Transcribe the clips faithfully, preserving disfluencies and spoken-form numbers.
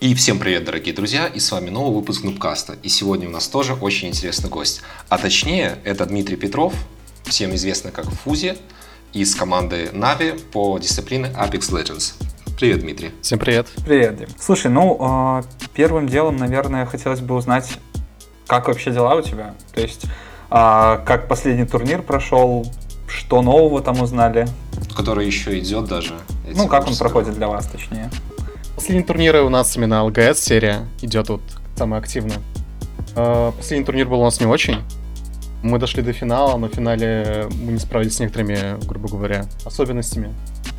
И всем привет, дорогие друзья, и с вами новый выпуск Нубкаста. И сегодня у нас тоже очень интересный гость. А точнее, это Дмитрий Петров, всем известный как Фузи, из команды Na'Vi по дисциплине Apex Legends. Привет, Дмитрий. Всем привет. Привет, Дим. Слушай, ну, первым делом, наверное, хотелось бы узнать, как вообще дела у тебя? То есть, как последний турнир прошел, что нового там узнали? Который еще идет даже. Ну, как он проходит для вас, точнее? Последние турниры у нас именно эл джи эс серия идет вот самая активная. Последний турнир был у нас не очень. Мы дошли до финала, но в финале мы не справились с некоторыми, грубо говоря, особенностями.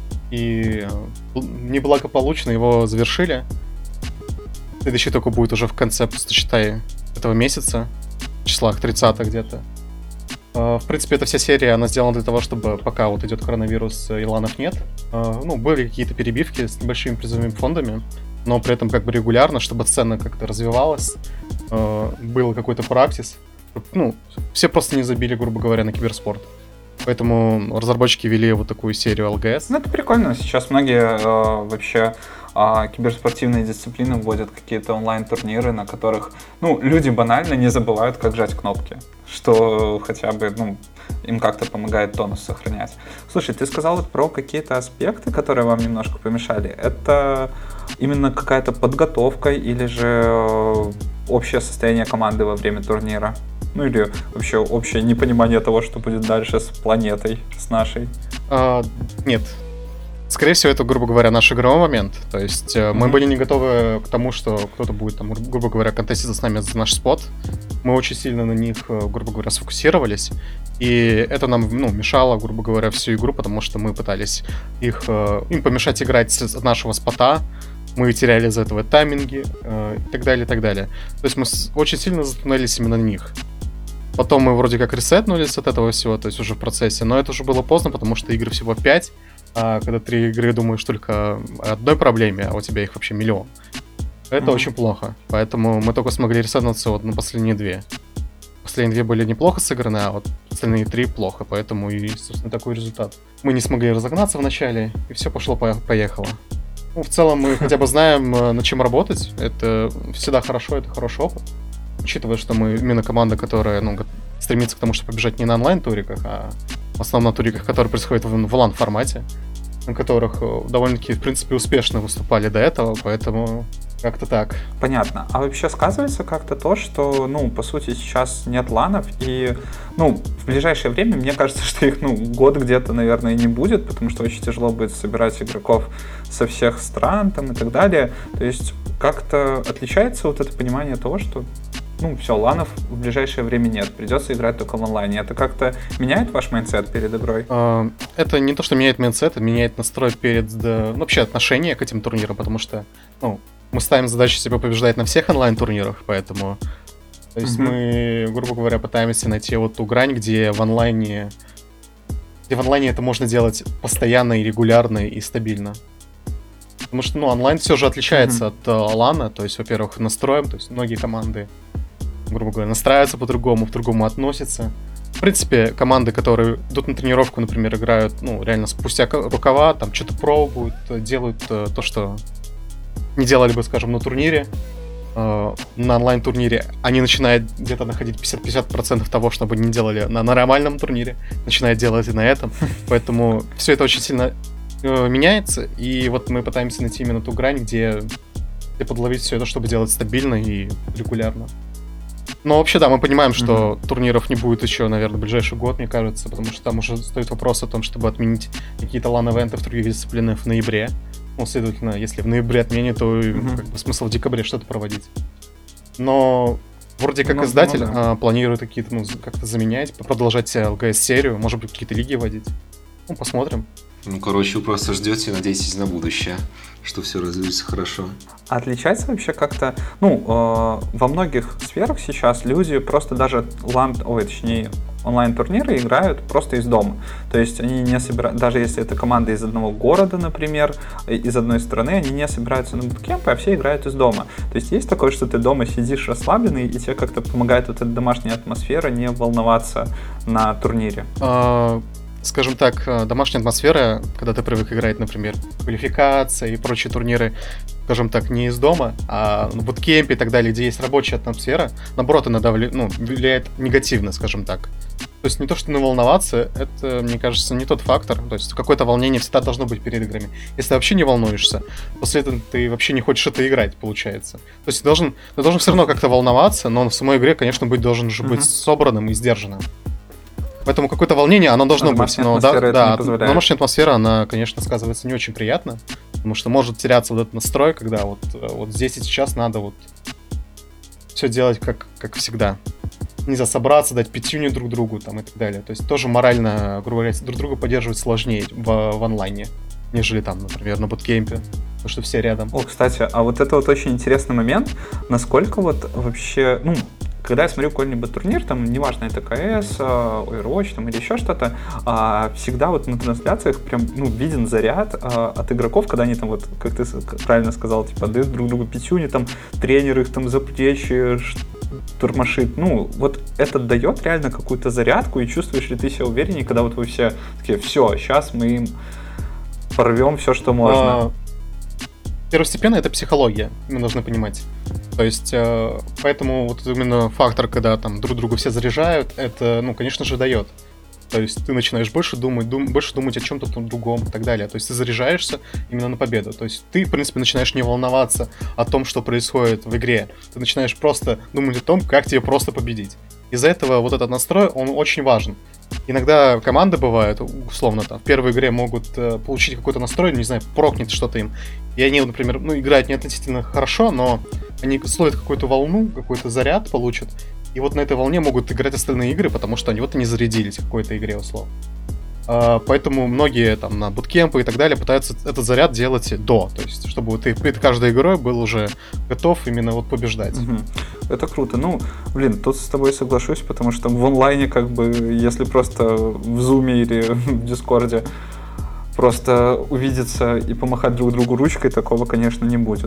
И неблагополучно его завершили. Следующий только будет уже в конце, просто считай, этого месяца, в числах тридцатых где-то. В принципе, эта вся серия, она сделана для того, чтобы пока вот идет коронавирус и ланов нет, ну, были какие-то перебивки с небольшими призовыми фондами, но при этом как бы регулярно, чтобы сцена как-то развивалась, был какой-то практис, ну, все просто не забили, грубо говоря, на киберспорт. Поэтому разработчики вели вот такую серию эл джи эс. Ну, это прикольно. Сейчас многие э, вообще э, киберспортивные дисциплины вводят какие-то онлайн-турниры, на которых, ну, люди банально не забывают, как жать кнопки, что хотя бы, ну, им как-то помогает тонус сохранять. Слушай, ты сказал вот про какие-то аспекты, которые вам немножко помешали. Это именно какая-то подготовка или же э, общее состояние команды во время турнира? Ну или вообще общее непонимание того, что будет дальше с планетой, с нашей? А, нет. Скорее всего, это, грубо говоря, наш игровой момент. То есть mm-hmm. мы были не готовы к тому, что кто-то будет, там, грубо говоря, контеститься с нами за наш спот. Мы очень сильно на них, грубо говоря, сфокусировались. И это нам, ну, мешало, грубо говоря, всю игру, потому что мы пытались их, им помешать играть с нашего спота. Мы теряли из-за этого тайминги э, и так далее, и так далее. То есть мы с- очень сильно затруднились именно на них. Потом мы вроде как ресетнулись от этого всего, то есть уже в процессе, но это уже было поздно, потому что игр всего пять, а когда три игры думаешь только о одной проблеме, а у тебя их вообще миллион. Это mm-hmm. очень плохо, поэтому мы только смогли ресетнуться вот на последние две. Последние две были неплохо сыграны, а вот остальные три плохо, поэтому и, собственно, такой результат. Мы не смогли разогнаться в начале, и все пошло-поехало. Ну, в целом мы хотя бы знаем, над чем работать, это всегда хорошо, это хороший опыт. Учитывая, что мы именно команда, которая, ну, стремится к тому, чтобы побежать не на онлайн-туриках, а в основном на туриках, которые происходят в, в лан-формате, на которых довольно-таки, в принципе, успешно выступали до этого, поэтому как-то так. Понятно. А вообще сказывается как-то то, что, ну, по сути, сейчас нет ланов, и, ну, в ближайшее время, мне кажется, что их, ну, год где-то, наверное, не будет, потому что очень тяжело будет собирать игроков со всех стран, там, и так далее. То есть как-то отличается вот это понимание того, что ну, все, ланов в ближайшее время нет, придется играть только в онлайне. Это как-то меняет ваш майндсет перед игрой? Это не то, что меняет майндсет, это меняет настрой перед, ну, вообще отношение к этим турнирам, потому что, ну, мы ставим задачу себя побеждать на всех онлайн-турнирах, поэтому, то есть mm-hmm. мы, грубо говоря, пытаемся найти вот ту грань, где в онлайне, где в онлайне это можно делать постоянно и регулярно и стабильно. Потому что, ну, онлайн все же отличается mm-hmm. от uh, лана, то есть, во-первых, настроем, то есть многие команды, грубо говоря, настраиваются по-другому, по-другому относятся. В принципе, команды, которые идут на тренировку, например, играют, ну, реально спустя рукава, там что-то пробуют, делают uh, то, что не делали бы, скажем, на турнире, uh, на онлайн-турнире. Они начинают где-то находить пятьдесят процентов того, что бы не делали на нормальном турнире, начинают делать и на этом. Поэтому все это очень сильно uh, меняется, и вот мы пытаемся найти именно ту грань, где, где подловить все это, чтобы делать стабильно и регулярно. Но вообще, да, мы понимаем, что mm-hmm. турниров не будет еще, наверное, в ближайший год, мне кажется, потому что там уже стоит вопрос о том, чтобы отменить какие-то лан-эвенты в других дисциплинах в ноябре. Ну, следовательно, если в ноябре отменят, то mm-hmm. как бы, смысл в декабре что-то проводить. Но вроде как ну, издатель ну, да. а, планирует какие-то, ну, как-то заменять, продолжать эл джи эс-серию, может быть, какие-то лиги вводить. Ну, посмотрим. Ну, короче, вы просто ждете и надеетесь на будущее, что все развивается хорошо. Отличается вообще как-то, ну, э, во многих сферах сейчас люди просто даже лан, ой, точнее, онлайн-турниры играют просто из дома. То есть они не собираются, даже если это команда из одного города, например, из одной страны, они не собираются на буткемпы, а все играют из дома. То есть есть такое, что ты дома сидишь расслабленный, и тебе как-то помогает вот эта домашняя атмосфера не волноваться на турнире. А, скажем так, э, домашняя атмосфера, когда ты привык играть, например, квалификация и прочие турниры, скажем так, не из дома, а на буткемпе и так далее, где есть рабочая атмосфера, наоборот, иногда вли- ну, влияет негативно, скажем так. То есть не то, что не волноваться, это, мне кажется, не тот фактор. То есть какое-то волнение всегда должно быть перед играми. Если ты вообще не волнуешься, после этого ты вообще не хочешь это играть, получается. То есть ты должен, ты должен все равно как-то волноваться, но в самой игре, конечно, быть должен же быть Мгм. собранным и сдержанным. Поэтому какое-то волнение, оно должно А быть. домашняя Но атмосфера да, это не да, позволяет. домашняя атмосфера, она, конечно, сказывается не очень приятно, потому что может теряться вот этот настрой, когда вот, э, вот здесь и сейчас надо вот все делать как, как всегда. Нельзя собраться, дать пятюню друг другу там, и так далее. То есть тоже морально, грубо говоря, друг друга поддерживать сложнее в, в онлайне, нежели там, например, на буткемпе, потому что все рядом. О, кстати, а вот это вот очень интересный момент, насколько вот вообще, ну, когда я смотрю какой-нибудь турнир, там, неважно, это КС, а, Overwatch там, или еще что-то, а, всегда вот на трансляциях прям, ну, виден заряд а, от игроков, когда они там, вот, как ты с- правильно сказал, типа, дают друг другу пятюни, там, тренер их там за плечи ш- тормошит. Ну, вот это дает реально какую-то зарядку, и чувствуешь ли ты себя увереннее, когда вот вы все такие, все, сейчас мы им порвем все, что можно. А, Первостепенно это психология, мы должны понимать. То есть, э, поэтому вот именно фактор, когда там друг друга все заряжают, это, ну, конечно же, дает. То есть ты начинаешь больше думать, дум- больше думать о чем-то там другом и так далее. То есть ты заряжаешься именно на победу. То есть ты, в принципе, начинаешь не волноваться о том, что происходит в игре. Ты начинаешь просто думать о том, как тебе просто победить. Из-за этого вот этот настрой, он очень важен. Иногда команды бывают, условно, там, в первой игре могут э, получить какой-то настрой, не знаю, прокнет что-то им. И они, например, ну, играют не относительно хорошо, но они словят какую-то волну, какой-то заряд получат. И вот на этой волне могут играть остальные игры, потому что они вот они зарядились в какой-то игре, условно. А, поэтому многие там на буткемпы и так далее пытаются этот заряд делать до. То есть, чтобы ты перед каждой игрой был уже готов именно вот побеждать. Мгм. Это круто. Ну, блин, тут с тобой соглашусь, потому что в онлайне, как бы, если просто в зуме или в дискорде просто увидеться и помахать друг другу ручкой, такого, конечно, не будет.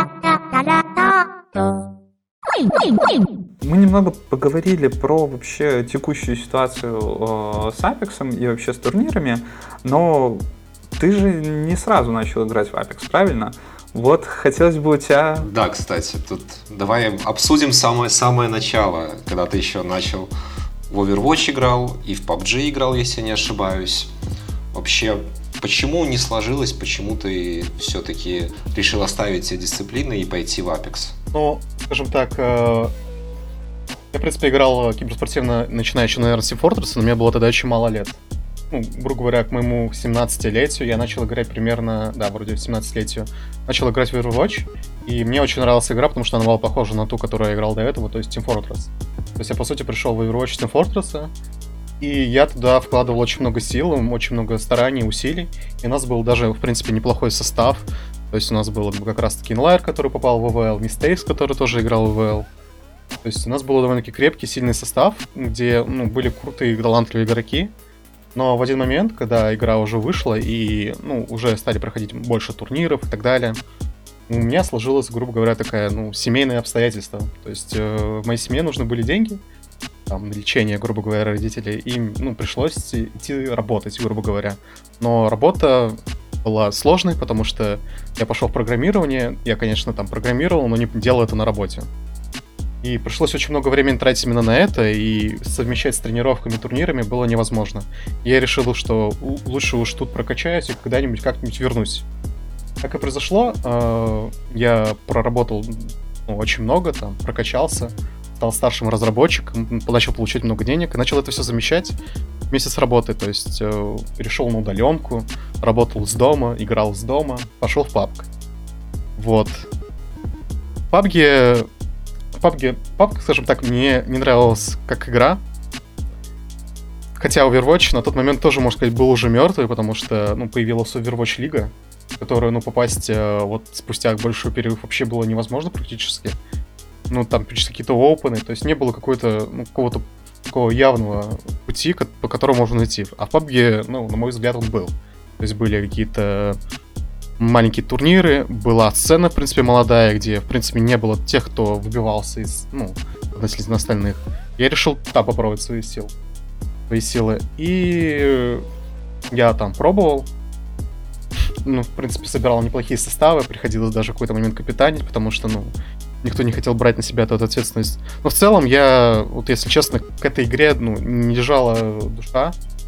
Мы немного поговорили про вообще текущую ситуацию э, с Apex и вообще с турнирами, но ты же не сразу начал играть в Apex, правильно? Вот хотелось бы у тебя... Да, кстати, тут давай обсудим самое, самое начало, когда ты еще начал в Overwatch играл и в пабг играл, если я не ошибаюсь. Вообще, почему не сложилось, почему ты все-таки решил оставить все дисциплины и пойти в Apex? Ну, скажем так, э, я, в принципе, играл киберспортивно, начиная еще, наверное, с Team Fortress, но мне было тогда очень мало лет. Ну, грубо говоря, к моему семнадцатилетию я начал играть примерно, да, вроде семнадцатилетию, начал играть в Overwatch, и мне очень нравилась игра, потому что она была похожа на ту, которую я играл до этого, то есть Team Fortress. То есть я, по сути, пришел в Overwatch Team Fortress, и я туда вкладывал очень много сил, очень много стараний, усилий, и у нас был даже, в принципе, неплохой состав. То есть у нас был как раз-таки Inlier, который попал в ИВЛ, Mistakes, который тоже играл в ИВЛ. То есть у нас был довольно-таки крепкий, сильный состав, где, ну, были крутые, талантливые игроки. Но в один момент, когда игра уже вышла и, ну, уже стали проходить больше турниров и так далее, у меня сложилась, грубо говоря, такая, ну, семейные обстоятельства. То есть э, в моей семье нужны были деньги, там, на лечение, грубо говоря, родителей, и, ну, пришлось идти работать, грубо говоря. Но работа была сложной, потому что я пошел в программирование, я, конечно, там программировал, но не делал это на работе. И пришлось очень много времени тратить именно на это, и совмещать с тренировками, турнирами было невозможно. Я решил, что лучше уж тут прокачаюсь и когда-нибудь как-нибудь вернусь. Как и произошло, я проработал, ну, очень много, там, прокачался, стал старшим разработчиком, начал получать много денег и начал это все замещать вместе с работой. То есть э, перешел на удаленку, работал с дома, играл с дома, пошел в пабг. Вот. В пабге, в пабге, пабг, скажем так, мне не нравилась как игра. Хотя Overwatch на тот момент тоже, можно сказать, был уже мертвый, потому что, ну, появилась Overwatch Лига, в которую, ну, попасть э, вот спустя большой перерыв вообще было невозможно практически. Ну, там какие-то опены, то есть не было какой-то, ну, какого-то такого явного пути, по которому можно найти. А в пабге, ну, на мой взгляд, он был. То есть были какие-то маленькие турниры, была сцена, в принципе, молодая, где, в принципе, не было тех, кто выбивался из, ну, относительно остальных. Я решил, да, попробовать свои силы. Свои силы. И Я там пробовал. Ну, в принципе, собирал неплохие составы, приходилось даже в какой-то момент капитанить, потому что, ну, никто не хотел брать на себя эту ответственность. Но в целом я, вот если честно, к этой игре, ну, не лежала душа.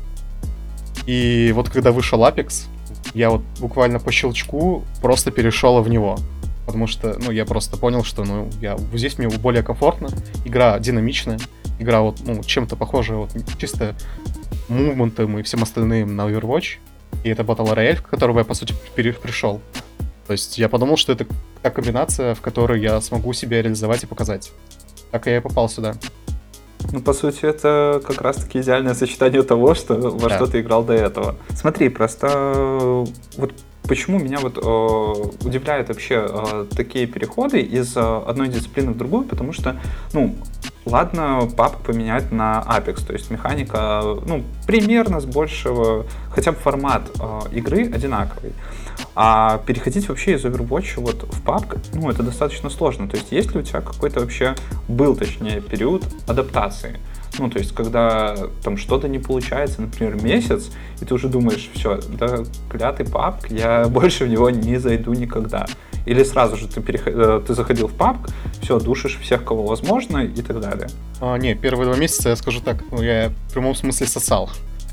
И вот когда вышел Apex, я вот буквально по щелчку просто перешел в него. Потому что, ну, я просто понял, что, ну, я, здесь мне более комфортно. Игра динамичная. Игра вот, ну, чем-то похожа вот чисто мувментом и всем остальным на Overwatch. И это Battle Royale, к которому я, по сути, пере- пришел. То есть я подумал, что это та комбинация, в которой я смогу себя реализовать и показать. Так я и попал сюда. Ну, по сути, это как раз-таки идеальное сочетание того, что, во Да. что ты играл до этого. Смотри, просто э, вот почему меня вот э, удивляют вообще э, такие переходы из э, одной дисциплины в другую, потому что, ну, ладно, пабг поменять на Apex, то есть механика, ну, примерно с большего, хотя бы формат э, игры одинаковый. А переходить вообще из Overwatch вот в пабг, ну, это достаточно сложно. То есть есть ли у тебя какой-то вообще, был, точнее, период адаптации? Ну, то есть, когда там что-то не получается, например, месяц, и ты уже думаешь, все, да, клятый пабг, я больше в него не зайду никогда. Или сразу же ты, переход... ты заходил в пабг, все, душишь всех, кого возможно, и так далее. А, не, первые два месяца, я скажу так, ну, я в прямом смысле сосал.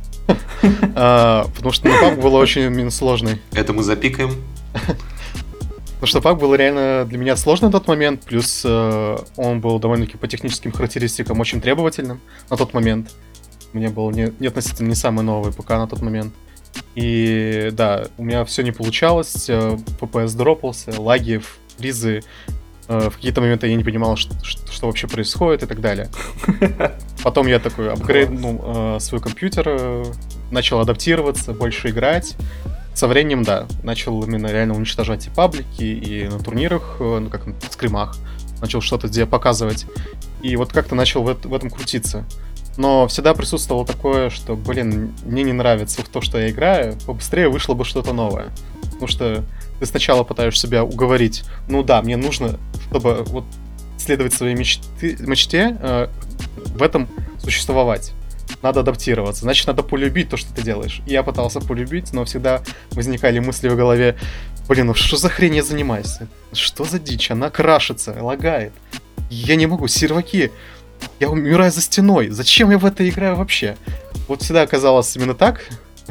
А, Потому что на пабг было очень именно сложный. Это мы запикаем. Потому что пабг был реально для меня сложный на тот момент, плюс э, он был довольно-таки по техническим характеристикам очень требовательным на тот момент. У меня был не, не относительно не самый новый ПК на тот момент. И да, у меня все не получалось, э, эф пи эс дропался, лаги, фризы. Э, в какие-то моменты я не понимал, что, что, что вообще происходит и так далее. Потом я такой апгрейднул э, свой компьютер, э, начал адаптироваться, больше играть. Со временем, да, начал именно реально уничтожать и паблики, и на турнирах, э, ну как на скримах, начал что-то где показывать. И вот как-то начал в, эт- в этом крутиться. Но всегда присутствовало такое, что, блин, мне не нравится то, что я играю, побыстрее вышло бы что-то новое. Потому что ты сначала пытаешься себя уговорить, ну да, мне нужно, чтобы вот следовать своей мечты, мечте, э, в этом существовать. Надо адаптироваться, значит, надо полюбить то, что ты делаешь. И я пытался полюбить, но всегда возникали мысли в голове, блин, ну что за хрень я занимаюсь? Что за дичь? Она крашится, лагает. Я не могу, серваки. Я умираю за стеной. Зачем я в это играю вообще? Вот всегда оказалось именно так.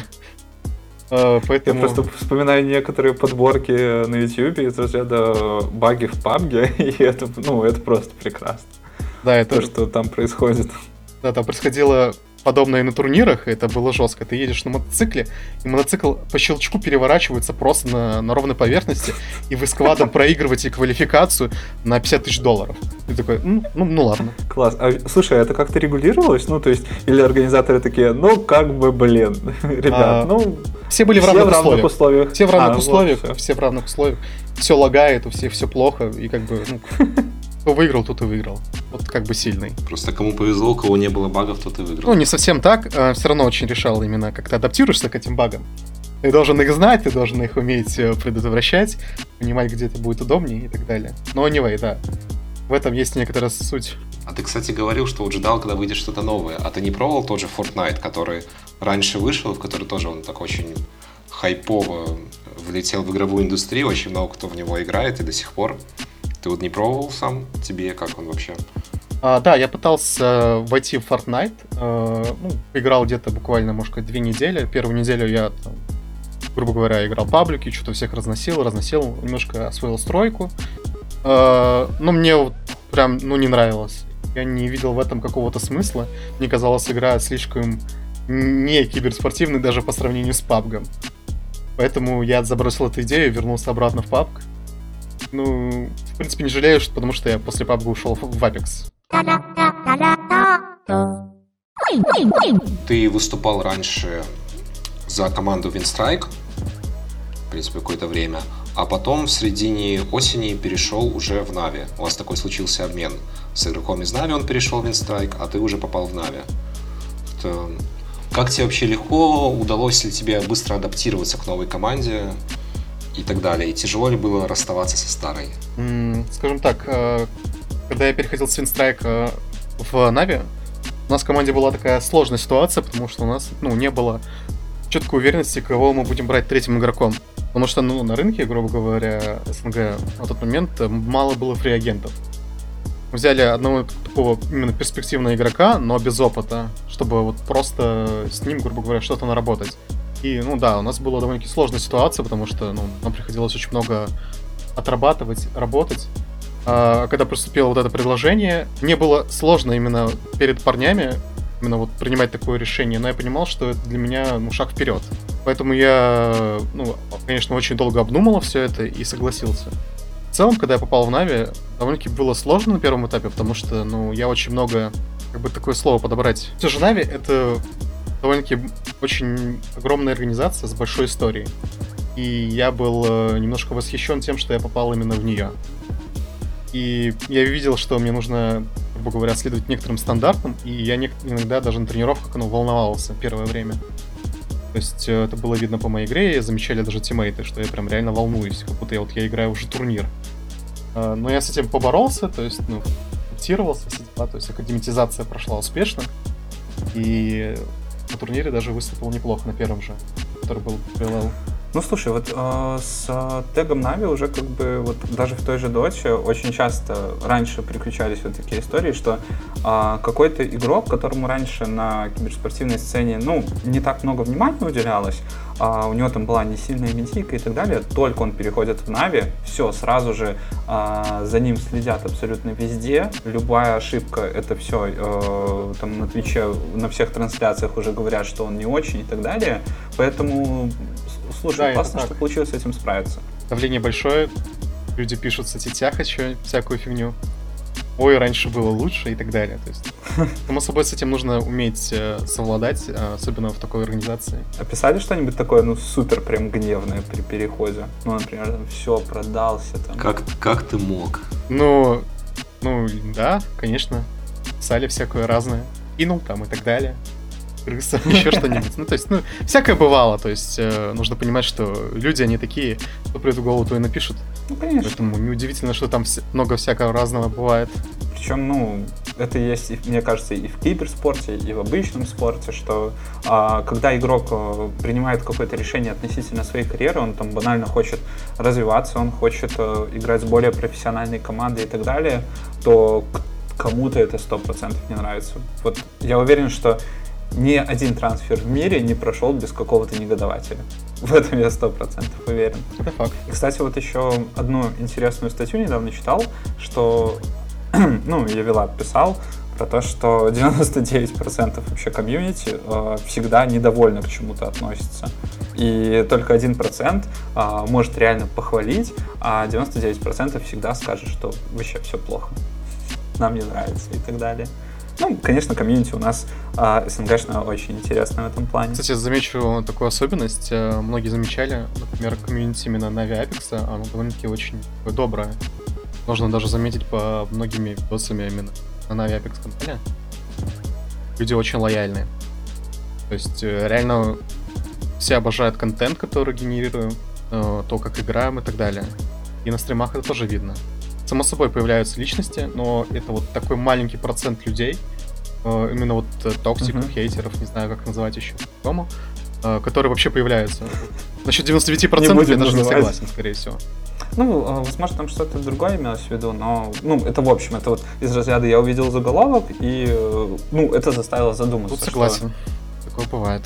Э, Я Поэтому... просто вспоминаю некоторые подборки на YouTube из разряда баги в пабге, и это, ну, это просто прекрасно. Да, это... То, что там происходит. Да, там происходило подобное и на турнирах, и это было жестко. Ты едешь на мотоцикле, и мотоцикл по щелчку переворачивается просто на, на ровной поверхности, и вы с квадом проигрываете квалификацию на пятьдесят тысяч долларов. Ты такой, ну, ну, ну ладно. Класс. А, слушай, а это как-то регулировалось? Ну, то есть, или организаторы такие, ну, как бы, блин, ребят, А, ну... Все были в все равных, в равных условиях. условиях. Все в равных А, вот, условиях, всё. все в равных условиях. Все лагает, у всех все плохо, и как бы, ну, кто выиграл, тот и выиграл. Вот как бы сильный. Просто кому повезло, у кого не было багов, тот и выиграл. Ну, не совсем так, все равно очень решал именно, как ты адаптируешься к этим багам. Ты должен их знать, ты должен их уметь э, предотвращать, понимать, где это будет удобнее и так далее. Но anyway, да, в этом есть некоторая суть. А ты, кстати, говорил, что вот ждал, когда выйдет что-то новое. А ты не пробовал тот же Fortnite, который раньше вышел, в который тоже он так очень хайпово влетел в игровую индустрию, очень много кто в него играет и до сих пор. Ты вот не пробовал сам? Тебе как он вообще? А, да, я пытался войти в Fortnite, э, ну, играл где-то буквально, может быть, две недели. Первую неделю я, там, грубо говоря, играл паблики, что-то всех разносил, разносил, немножко освоил стройку. Э, но мне вот прям, ну, не нравилось. Я не видел в этом какого-то смысла. Мне казалось, игра слишком не киберспортивной даже по сравнению с пабгом. Поэтому я забросил эту идею и вернулся обратно в пабг. Ну, в принципе, не жалею, что- потому что я после пабга ушел в в Apex. Ты выступал раньше за команду Winstrike, в принципе, какое-то время, а потом в середине осени перешел уже в Na'Vi. У вас такой случился обмен с игроком из Na'Vi, он перешел в Winstrike, а ты уже попал в Na'Vi. Это... Как тебе вообще легко, удалось ли тебе быстро адаптироваться к новой команде и так далее? И тяжело ли было расставаться со старой? М, Скажем так, э, когда я переходил с Winstrike э, в Na'Vi, у нас в команде была такая сложная ситуация, потому что у нас, ну, не было четкой уверенности, кого мы будем брать третьим игроком. Потому что, ну, на рынке, грубо говоря, СНГ на тот момент мало было фри-агентов. Мы взяли одного такого именно перспективного игрока, но без опыта, чтобы вот просто с ним, грубо говоря, что-то наработать. И, ну да, у нас была довольно-таки сложная ситуация, потому что, ну, нам приходилось очень много отрабатывать, работать. А когда поступило вот это предложение, мне было сложно именно перед парнями именно вот принимать такое решение, но я понимал, что это для меня, ну, шаг вперед. Поэтому я, ну, конечно, очень долго обдумала все это и согласился. В целом, когда я попал в Нави, довольно-таки было сложно на первом этапе, потому что, ну, я очень много, как бы такое слово подобрать. Все же Нави — это довольно-таки очень огромная организация с большой историей. И я был э, немножко восхищен тем, что я попал именно в нее. И я видел, что мне нужно, грубо говоря, следовать некоторым стандартам, и я не, иногда даже на тренировках, ну, волновался первое время. То есть э, это было видно по моей игре, и замечали даже тиммейты, что я прям реально волнуюсь, как будто я, вот, я играю уже турнир. Э, но я с этим поборолся, то есть, ну, адаптировался, то есть академатизация прошла успешно, и на турнире даже выступил неплохо на первом же, который был прилел. Ну слушай, вот э, с э, тегом Нави уже как бы вот даже в той же доте очень часто раньше приключались вот такие истории, что э, какой-то игрок, которому раньше на киберспортивной сцене, ну, не так много внимания уделялось, э, у него там была не сильная медийка и так далее, только он переходит в Нави, все, сразу же э, за ним следят абсолютно везде, любая ошибка, это все, э, там на Твиче, на всех трансляциях уже говорят, что он не очень и так далее, поэтому... Слушай, да, классно, что получилось с этим справиться. Давление большое, люди пишут в соцсетях еще всякую фигню. Ой, раньше было лучше и так далее. То есть, само собой, с этим нужно уметь э, совладать, особенно в такой организации. А писали что-нибудь такое, ну, супер прям гневное при переходе? Ну, например, там, все, продался там. Как, как ты мог? Ну, ну, да, конечно. Писали всякое разное. Кинул там и так далее. Крыса, еще что-нибудь. Ну, то есть, ну, всякое бывало. То есть, э, нужно понимать, что люди, они такие, кто придет в голову, то и напишут. Ну, конечно. Поэтому неудивительно, что там вс- много всякого разного бывает. Причем, ну, это есть, мне кажется, и в киберспорте, и в обычном спорте, что а, когда игрок а, принимает какое-то решение относительно своей карьеры, он там банально хочет развиваться, он хочет а, играть с более профессиональной командой и так далее, то кому-то это сто процентов не нравится. Вот я уверен, что ни один трансфер в мире не прошел без какого-то негодователя. В этом я сто процентов уверен. Это факт. И, кстати, вот еще одну интересную статью недавно читал, что, ну, я Вилат писал про то, что девяносто девять процентов вообще комьюнити э, всегда недовольно к чему-то относится. И только один процент э, может реально похвалить, а девяносто девять процентов всегда скажет, что вообще все плохо, нам не нравится и так далее. Ну, конечно, комьюнити у нас э, СНГшно очень интересно в этом плане. Кстати, замечу такую особенность. Многие замечали, например, комьюнити именно Нави Апекса, оно довольно-таки очень доброе. Можно даже заметить по многими видосами именно на Нави Апекс канале. Люди очень лояльные. То есть реально все обожают контент, который генерируем, то, как играем и так далее. И на стримах это тоже видно. Само собой появляются личности, но это вот такой маленький процент людей, именно вот токсиков, uh-huh. хейтеров, не знаю, как называть еще по-другому, которые вообще появляются. Насчет девяносто девять процентов я даже называть. Не согласен, скорее всего. Ну, возможно, там что-то другое имелось в виду, но, ну, это в общем, это вот из разряда я увидел заголовок, и, ну, это заставило задуматься. Тут согласен, что... такое бывает.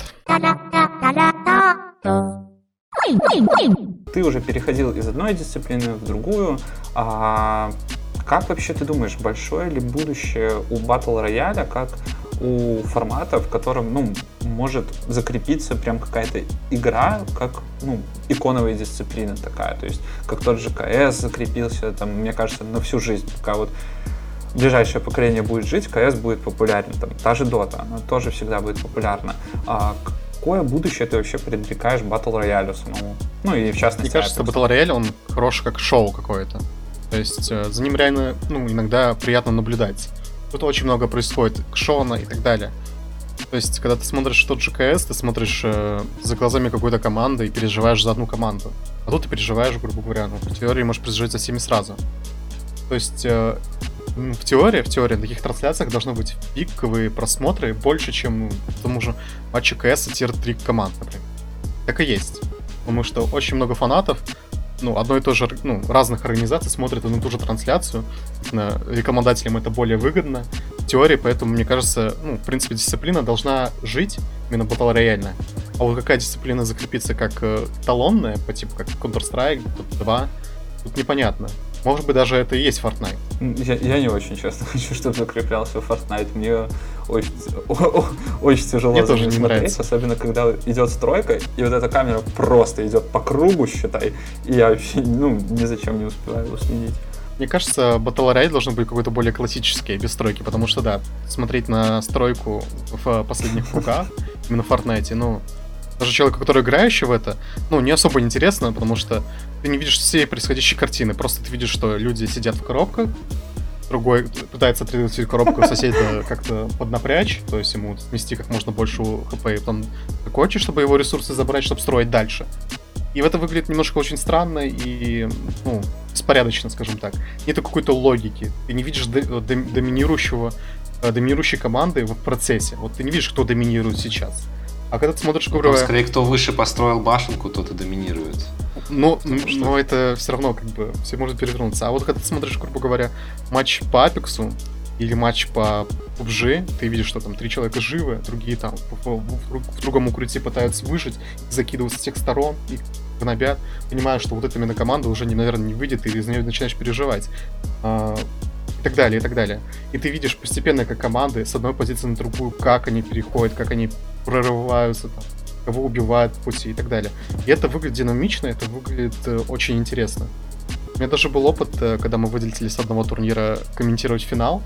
Ты уже переходил из одной дисциплины в другую. А как вообще ты думаешь, большое ли будущее у батл рояля, как у формата, в котором, ну, может закрепиться прям какая-то игра, как, ну, иконовая дисциплина такая, то есть как тот же КС закрепился, там, мне кажется, на всю жизнь, пока вот ближайшее поколение будет жить, КС будет популярен, там, та же Дота, она тоже всегда будет популярна. А какое будущее ты вообще предрекаешь батл роялю самому? Ну и в частности... Мне кажется, батл рояль, он хорош как шоу какое-то. То есть э, за ним реально, ну, иногда приятно наблюдать. Тут очень много происходит, экшона и так далее. То есть, когда ты смотришь тот же КС, ты смотришь э, за глазами какой-то команды и переживаешь за одну команду. А тут ты переживаешь, грубо говоря, ну, в теории можешь переживать за всеми сразу. То есть, э, в теории, в теории, на таких трансляциях должны быть пиковые просмотры больше, чем к тому же матче КС и тир три команд, например. Так и есть. Потому что очень много фанатов, ну, одной и той же, ну, разных организаций смотрят одну и ту же трансляцию. Рекламодателям это более выгодно в теории, поэтому, мне кажется, ну, в принципе, дисциплина должна жить именно Battle Royale. А вот какая дисциплина закрепится как э, эталонная, по типу как Counter-Strike, Dota два, тут непонятно. Может быть, даже это и есть Fortnite. Я, я не очень, честно, хочу, чтобы закреплялся Fortnite. Мне очень, о, о, очень тяжело Мне за тоже ним не смотреть, нравится. особенно когда идет стройка, и вот эта камера просто идет по кругу, считай, и я вообще, ну, ни зачем не успеваю его следить. Мне кажется, Battle Royale должен быть какой-то более классический, без стройки, потому что, да, смотреть на стройку в последних ПК, именно в Fortnite, ну, даже человеку, который играющий в это, ну, не особо интересно, потому что ты не видишь всей происходящей картины, просто ты видишь, что люди сидят в коробках, другой пытается отреагировать коробку соседа как-то поднапрячь, то есть ему снести как можно больше хп, и потом закончить, чтобы его ресурсы забрать, чтобы строить дальше. И это выглядит немножко очень странно и, ну, беспорядочно, скажем так. Нету какой-то логики. Ты не видишь доминирующего, доминирующей команды в процессе. Вот ты не видишь, кто доминирует сейчас. А когда ты смотришь, грубо говоря... Скорее, кто выше построил башенку, тот и доминирует. Но, что... но это все равно как бы все может перевернуться. А вот когда ты смотришь, грубо говоря, матч по Апексу или матч по пабг, ты видишь, что там три человека живы, другие там в, в, в другом укрытии пытаются выжить, закидывают с всех сторон, их гнобят. Понимаешь, что вот эта именно команда уже, наверное, не выйдет, и из нее начинаешь переживать. А, и так далее, и так далее. И ты видишь постепенно, как команды с одной позиции на другую, как они переходят, как они прорываются, там, кого убивают в пути и так далее. И это выглядит динамично, это выглядит э, очень интересно. У меня даже был опыт, э, когда мы вылетели с одного турнира комментировать финал.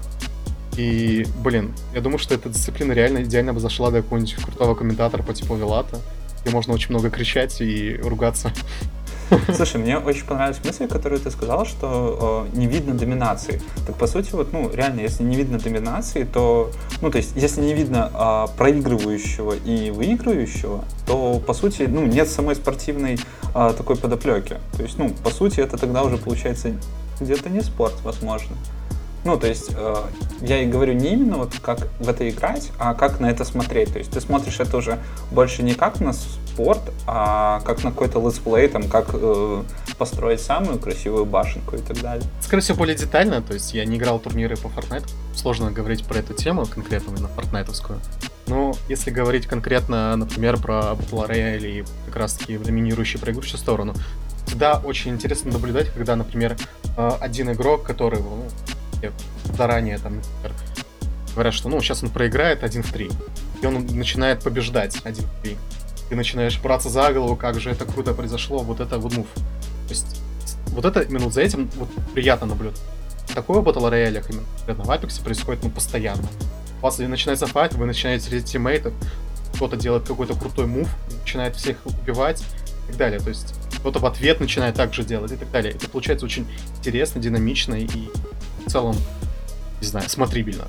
И, блин, я думаю, что эта дисциплина реально идеально бы зашла до какого-нибудь крутого комментатора по типу Вилата, где можно очень много кричать и ругаться. Слушай, мне очень понравилась мысль, которую ты сказал, что э, не видно доминации. Так, по сути, вот, ну, реально, если не видно доминации, то, ну, то есть, если не видно э, проигрывающего и выигрывающего, то, по сути, ну, нет самой спортивной э, такой подоплеки. То есть, ну, по сути, это тогда уже получается где-то не спорт, возможно. Ну, то есть, э, я и говорю не именно вот как в это играть, а как на это смотреть. То есть, ты смотришь это уже больше не как на спорт, а как на какой-то летсплей, там, как э, построить самую красивую башенку и так далее. Скорее всего, более детально, то есть, я не играл в турниры по Fortnite, сложно говорить про эту тему конкретно, именно фортнайтовскую. Но если говорить конкретно, например, про Battle Royale или как раз-таки в доминирующую проигрывающую сторону, всегда очень интересно наблюдать, когда, например, один игрок, который, ну, заранее там, например, говорят, что ну сейчас он проиграет один в три, и он начинает побеждать один в три. Ты начинаешь браться за голову, как же это круто произошло, вот это вот мув. То есть вот это именно за этим вот приятно наблюдать. Такое в Battle Royale именно конкретно в Апексе происходит ну постоянно. У вас начинается файт, вы начинаете терять тиммейтов, кто-то делает какой-то крутой мув, начинает всех убивать и так далее. То есть кто-то в ответ начинает так же делать и так далее. Это получается очень интересно, динамично и в целом, не знаю, смотрибельно.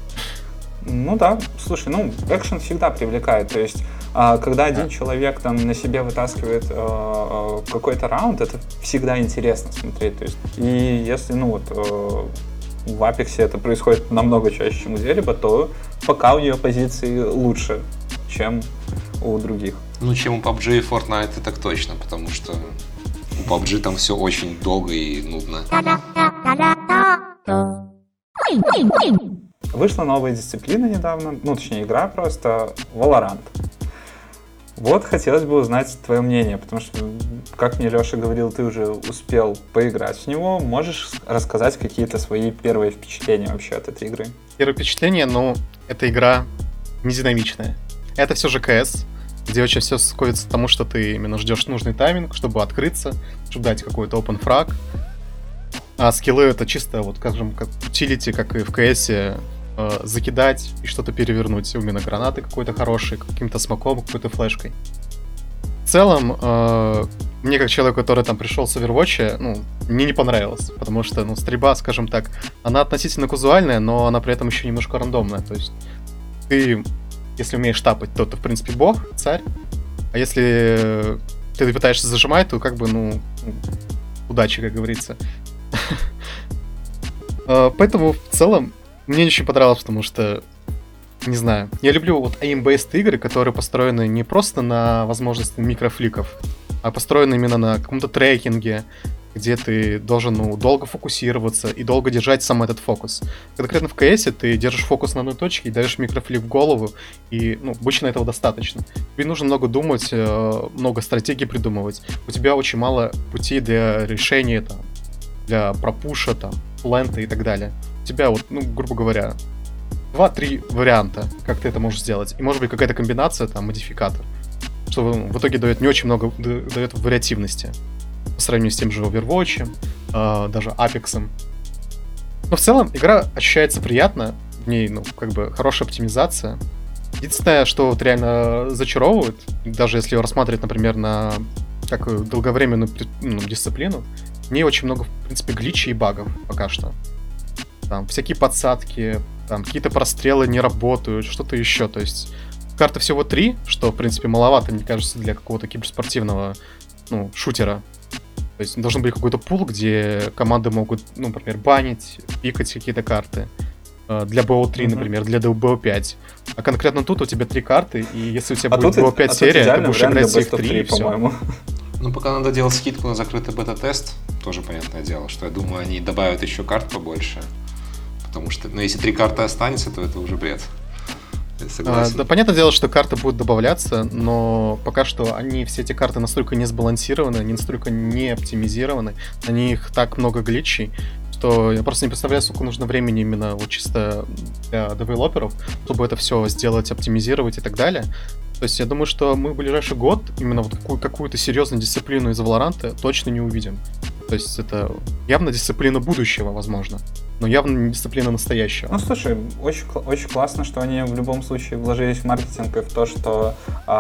Ну да, слушай, ну, экшен всегда привлекает, то есть, а, когда один да. человек там на себе вытаскивает а, а, какой-то раунд, это всегда интересно смотреть, то есть, и если, ну вот, а, в Апексе это происходит намного чаще, чем у Зелеба, то пока у нее позиции лучше, чем у других. Ну, чем у пабг и Fortnite, это так точно, потому что у пабг там все очень долго и нудно. Вышла новая дисциплина недавно, ну, точнее, игра просто, Valorant. Вот хотелось бы узнать твое мнение, потому что, как мне Леша говорил, ты уже успел поиграть в него. Можешь рассказать какие-то свои первые впечатления вообще от этой игры? Первое впечатление, ну, эта игра не динамичная. Это все же КС, где очень все сходится к тому, что ты именно ждешь нужный тайминг, чтобы открыться, чтобы дать какой-то open фраг. А скиллы это чисто, вот, скажем, как утилити, как и в КСе, э, закидать и что-то перевернуть. Именно гранаты какой-то хороший, каким-то смоком, какой-то флешкой. В целом, э, мне как человеку, который там пришел с Overwatch, ну, мне не понравилось, потому что, ну, стрельба, скажем так, она относительно казуальная, но она при этом еще немножко рандомная. То есть ты, если умеешь тапать, то ты, в принципе, бог, царь. А если ты пытаешься зажимать, то как бы, ну, удачи, как говорится. Поэтому в целом мне не очень понравилось, потому что Не знаю. Я люблю вот aim-based игры, которые построены не просто на возможности микрофликов, а построены именно на каком-то трекинге, где ты должен, ну, долго фокусироваться и долго держать сам этот фокус. Конкретно в КС ты держишь фокус на одной точке и даешь микрофлик в голову, и, ну, обычно этого достаточно. Тебе нужно много думать, много стратегий придумывать. У тебя очень мало путей для решения, там, для пропуша, там, плента и так далее. У тебя вот, ну, грубо говоря, два-три варианта, как ты это можешь сделать. И может быть какая-то комбинация, там, модификатор, что в итоге дает не очень много, дает вариативности. По сравнению с тем же Overwatch, э, даже Apex. Но в целом игра ощущается приятно, в ней, ну, как бы хорошая оптимизация. Единственное, что вот реально зачаровывает, даже если его рассматривать, например, на как долговременную, ну, дисциплину, в ней очень много, в принципе, гличей и багов пока что. Там всякие подсадки, там какие-то прострелы не работают, что-то еще. То есть карты всего три, что, в принципе, маловато, мне кажется, для какого-то киберспортивного, ну, шутера. То есть должен быть какой-то пул, где команды могут, ну, например, банить, пикать какие-то карты. Для би о три, mm-hmm. например, для би о пять. А конкретно тут у тебя три карты, и если у тебя а будет би о пять а серия, ты будешь играть всех три, и все. По-моему. Ну, пока надо делать скидку на закрытый бета-тест, тоже понятное дело, что я думаю, они добавят еще карт побольше. Потому что, ну, если три карты останется, то это уже бред. А, да, понятное дело, что карты будут добавляться, но пока что они, все эти карты настолько не сбалансированы, они настолько не оптимизированы, на них так много гличей, что я просто не представляю, сколько нужно времени именно вот чисто для девелоперов, чтобы это все сделать, оптимизировать и так далее. То есть я думаю, что мы в ближайший год именно вот какую- какую-то серьезную дисциплину из Valorant точно не увидим. То есть это явно дисциплина будущего, возможно, но явно не дисциплина настоящего. Ну, слушай, очень, очень классно, что они в любом случае вложились в маркетинг и в то, что,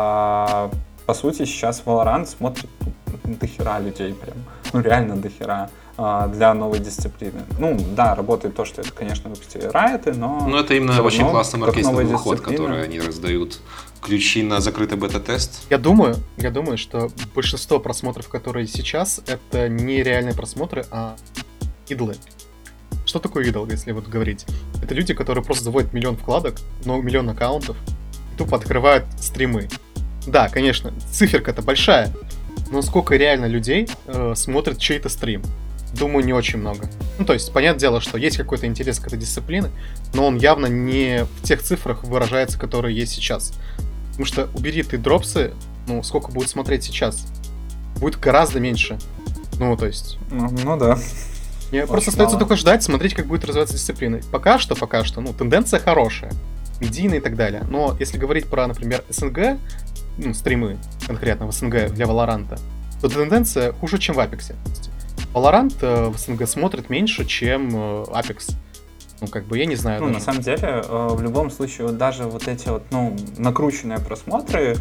а, по сути, сейчас Valorant смотрит дохера людей прям. Ну, реально дохера а, для новой дисциплины. Ну, да, работает то, что это, конечно, выпустили Riot, но... Ну, это именно очень равно, классный маркетинговый ход, дисциплина. который они раздают ключи на закрытый бета-тест. Я думаю, я думаю, что большинство просмотров, которые сейчас, это не реальные просмотры, а идлы. Что такое идол, если вот говорить? Это люди, которые просто заводят миллион вкладок, но миллион аккаунтов, и тупо открывают стримы. Да, конечно, циферка-то большая, но сколько реально людей э, смотрят чей-то стрим? Думаю, не очень много. Ну, то есть, понятное дело, что есть какой-то интерес к этой дисциплине, но он явно не в тех цифрах выражается, которые есть сейчас. Потому что убери ты дропсы, ну, сколько будет смотреть сейчас? Будет гораздо меньше. Ну, то есть... Ну, ну да. Мне просто остается только ждать, смотреть, как будет развиваться дисциплина. Пока что, пока что, ну, тенденция хорошая, медийная и так далее. Но если говорить про, например, СНГ, ну, стримы конкретно в СНГ для Valorant, то тенденция хуже, чем в Apex. Valorant э, в СНГ смотрит меньше, чем э, Apex. Ну, как бы, я не знаю. Ну, даже. на самом деле, э, в любом случае, вот даже вот эти вот, ну, накрученные просмотры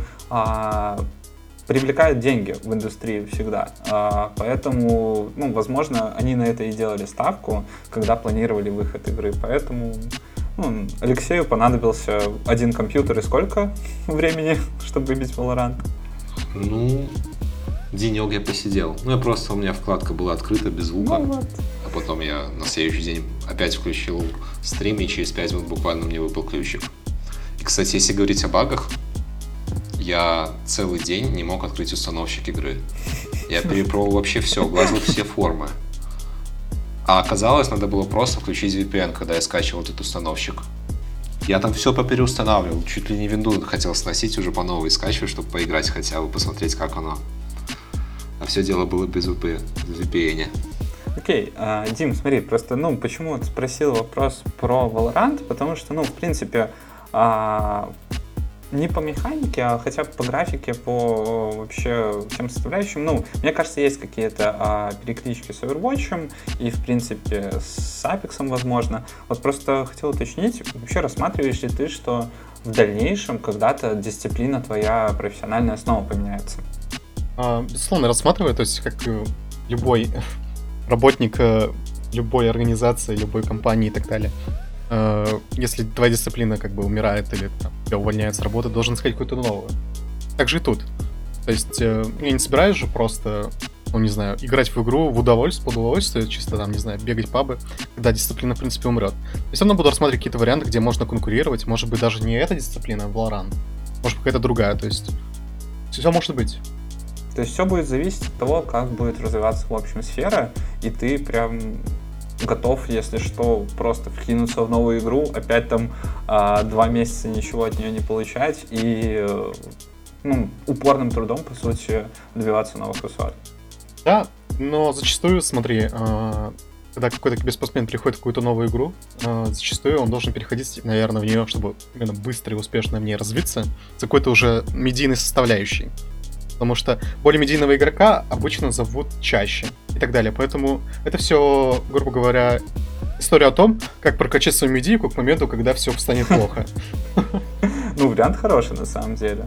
э, привлекают деньги в индустрии всегда. Э, поэтому, ну, возможно, они на это и делали ставку, когда планировали выход игры. Поэтому, ну, Алексею понадобился один компьютер и сколько времени, чтобы выбить Valorant? Ну, денек я посидел. Ну, я просто, у меня вкладка была открыта без звука. Ну, вот. А потом я на следующий день опять включил стрим, и через пять минут буквально мне выпал ключик. И, кстати, если говорить о багах, я целый день не мог открыть установщик игры. Я перепробовал вообще все, глазил все формы. А оказалось, надо было просто включить ви пи эн, когда я скачивал этот установщик. Я там все попереустанавливал, чуть ли не винду хотел сносить, уже по новой скачивать, чтобы поиграть хотя бы, посмотреть, как оно. А все дело было без ви пи эн. Окей, okay. uh, Дим, смотри, просто, ну, почему вот спросил вопрос про Valorant, потому что, ну, в принципе, uh, не по механике, а хотя бы по графике, по вообще всем составляющим, ну, мне кажется, есть какие-то uh, переклички с Overwatch и, в принципе, с Apex, возможно. Вот просто хотел уточнить, вообще рассматриваешь ли ты, что в дальнейшем когда-то дисциплина твоя профессиональная снова поменяется? Uh, безусловно, рассматриваю, то есть как любой работник любой организации, любой компании и так далее. Если твоя дисциплина как бы умирает или там, тебя увольняют с работы, должен искать какую-то новую. Так же и тут. То есть я не собираюсь же просто ну, не знаю, играть в игру в удовольствие, под удовольствие, чисто там, не знаю, бегать пабы, когда дисциплина, в принципе, умрет. Я все равно буду рассматривать какие-то варианты, где можно конкурировать. Может быть, даже не эта дисциплина, а Valorant. Может, какая-то другая, то есть все может быть. То есть все будет зависеть от того, как будет развиваться, в общем, сфера, и ты прям готов, если что, просто вкинуться в новую игру, опять там а, два месяца ничего от нее не получать и ну, упорным трудом, по сути, добиваться новых высот. Да, но зачастую, смотри, а, когда какой-то киберспортсмен приходит в какую-то новую игру, а, зачастую он должен переходить, наверное, в нее, чтобы именно быстро и успешно в ней развиться, с какой-то уже медийной составляющей. Потому что более медийного игрока обычно зовут чаще и так далее. Поэтому это все, грубо говоря, история о том, как прокачать свою медийку к моменту, когда все станет плохо. Ну, вариант хороший, на самом деле.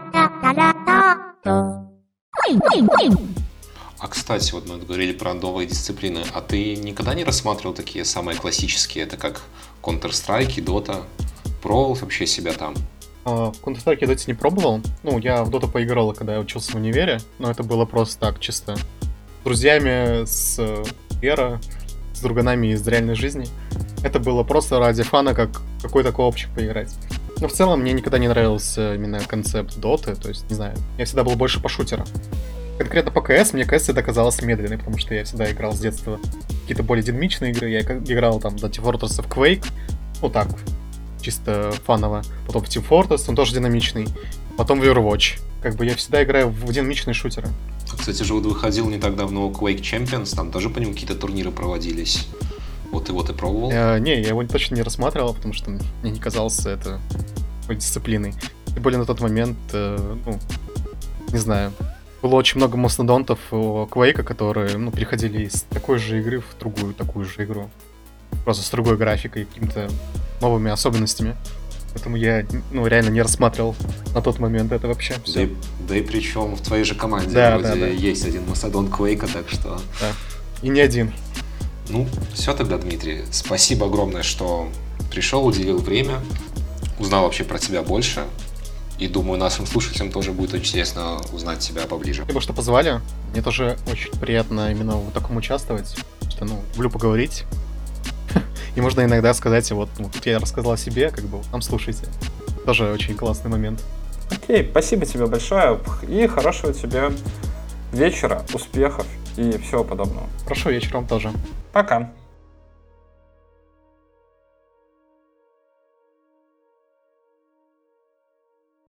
А, кстати, вот мы говорили про новые дисциплины. А ты никогда не рассматривал такие самые классические? Это как Counter-Strike и Dota? Пробовал вообще себя там? В Counter-Strike я Dota не пробовал. Ну, я в Dota поиграл, когда я учился в универе, но это было просто так, чисто с друзьями с Эра, с друганами из реальной жизни. Это было просто ради фана, как какой-то коопчик поиграть. Но в целом мне никогда не нравился именно концепт Доты, то есть, не знаю, я всегда был больше по шутерам. Конкретно по КС, мне КС всегда казалось медленной, потому что я всегда играл с детства в какие-то более динамичные игры. Я играл там до Team Fortress в Quake, ну так, чисто фаново. Потом в Team Fortress, он тоже динамичный. Потом в Overwatch. Как бы я всегда играю в динамичные шутеры. Кстати же, вот выходил не так давно Quake Champions, там тоже по нему какие-то турниры проводились. Вот его ты пробовал? Э, не, я его точно не рассматривал, потому что мне не казалось это такой дисциплиной. Тем более на тот момент, э, ну, не знаю, было очень много мастодонтов у Quake, которые, ну, переходили из такой же игры в другую такую же игру. Просто с другой графикой, какими-то новыми особенностями. Поэтому я, ну, реально не рассматривал на тот момент это вообще Да все. и, да и причем в твоей же команде Да, вроде да, да. есть один мастодон Quake, так что... Да. И не один. Ну, все тогда, Дмитрий. Спасибо огромное, что пришел, уделил время, узнал вообще про тебя больше. И думаю, нашим слушателям тоже будет очень интересно узнать тебя поближе. Спасибо, что позвали. Мне тоже очень приятно именно в таком участвовать. Потому что, ну, люблю поговорить. И можно иногда сказать, вот, ну, тут я рассказал о себе, как бы, там слушайте. Тоже очень классный момент. Окей, спасибо тебе большое и хорошего тебе вечера, успехов и всего подобного. Хорошо, вечером тоже. Пока.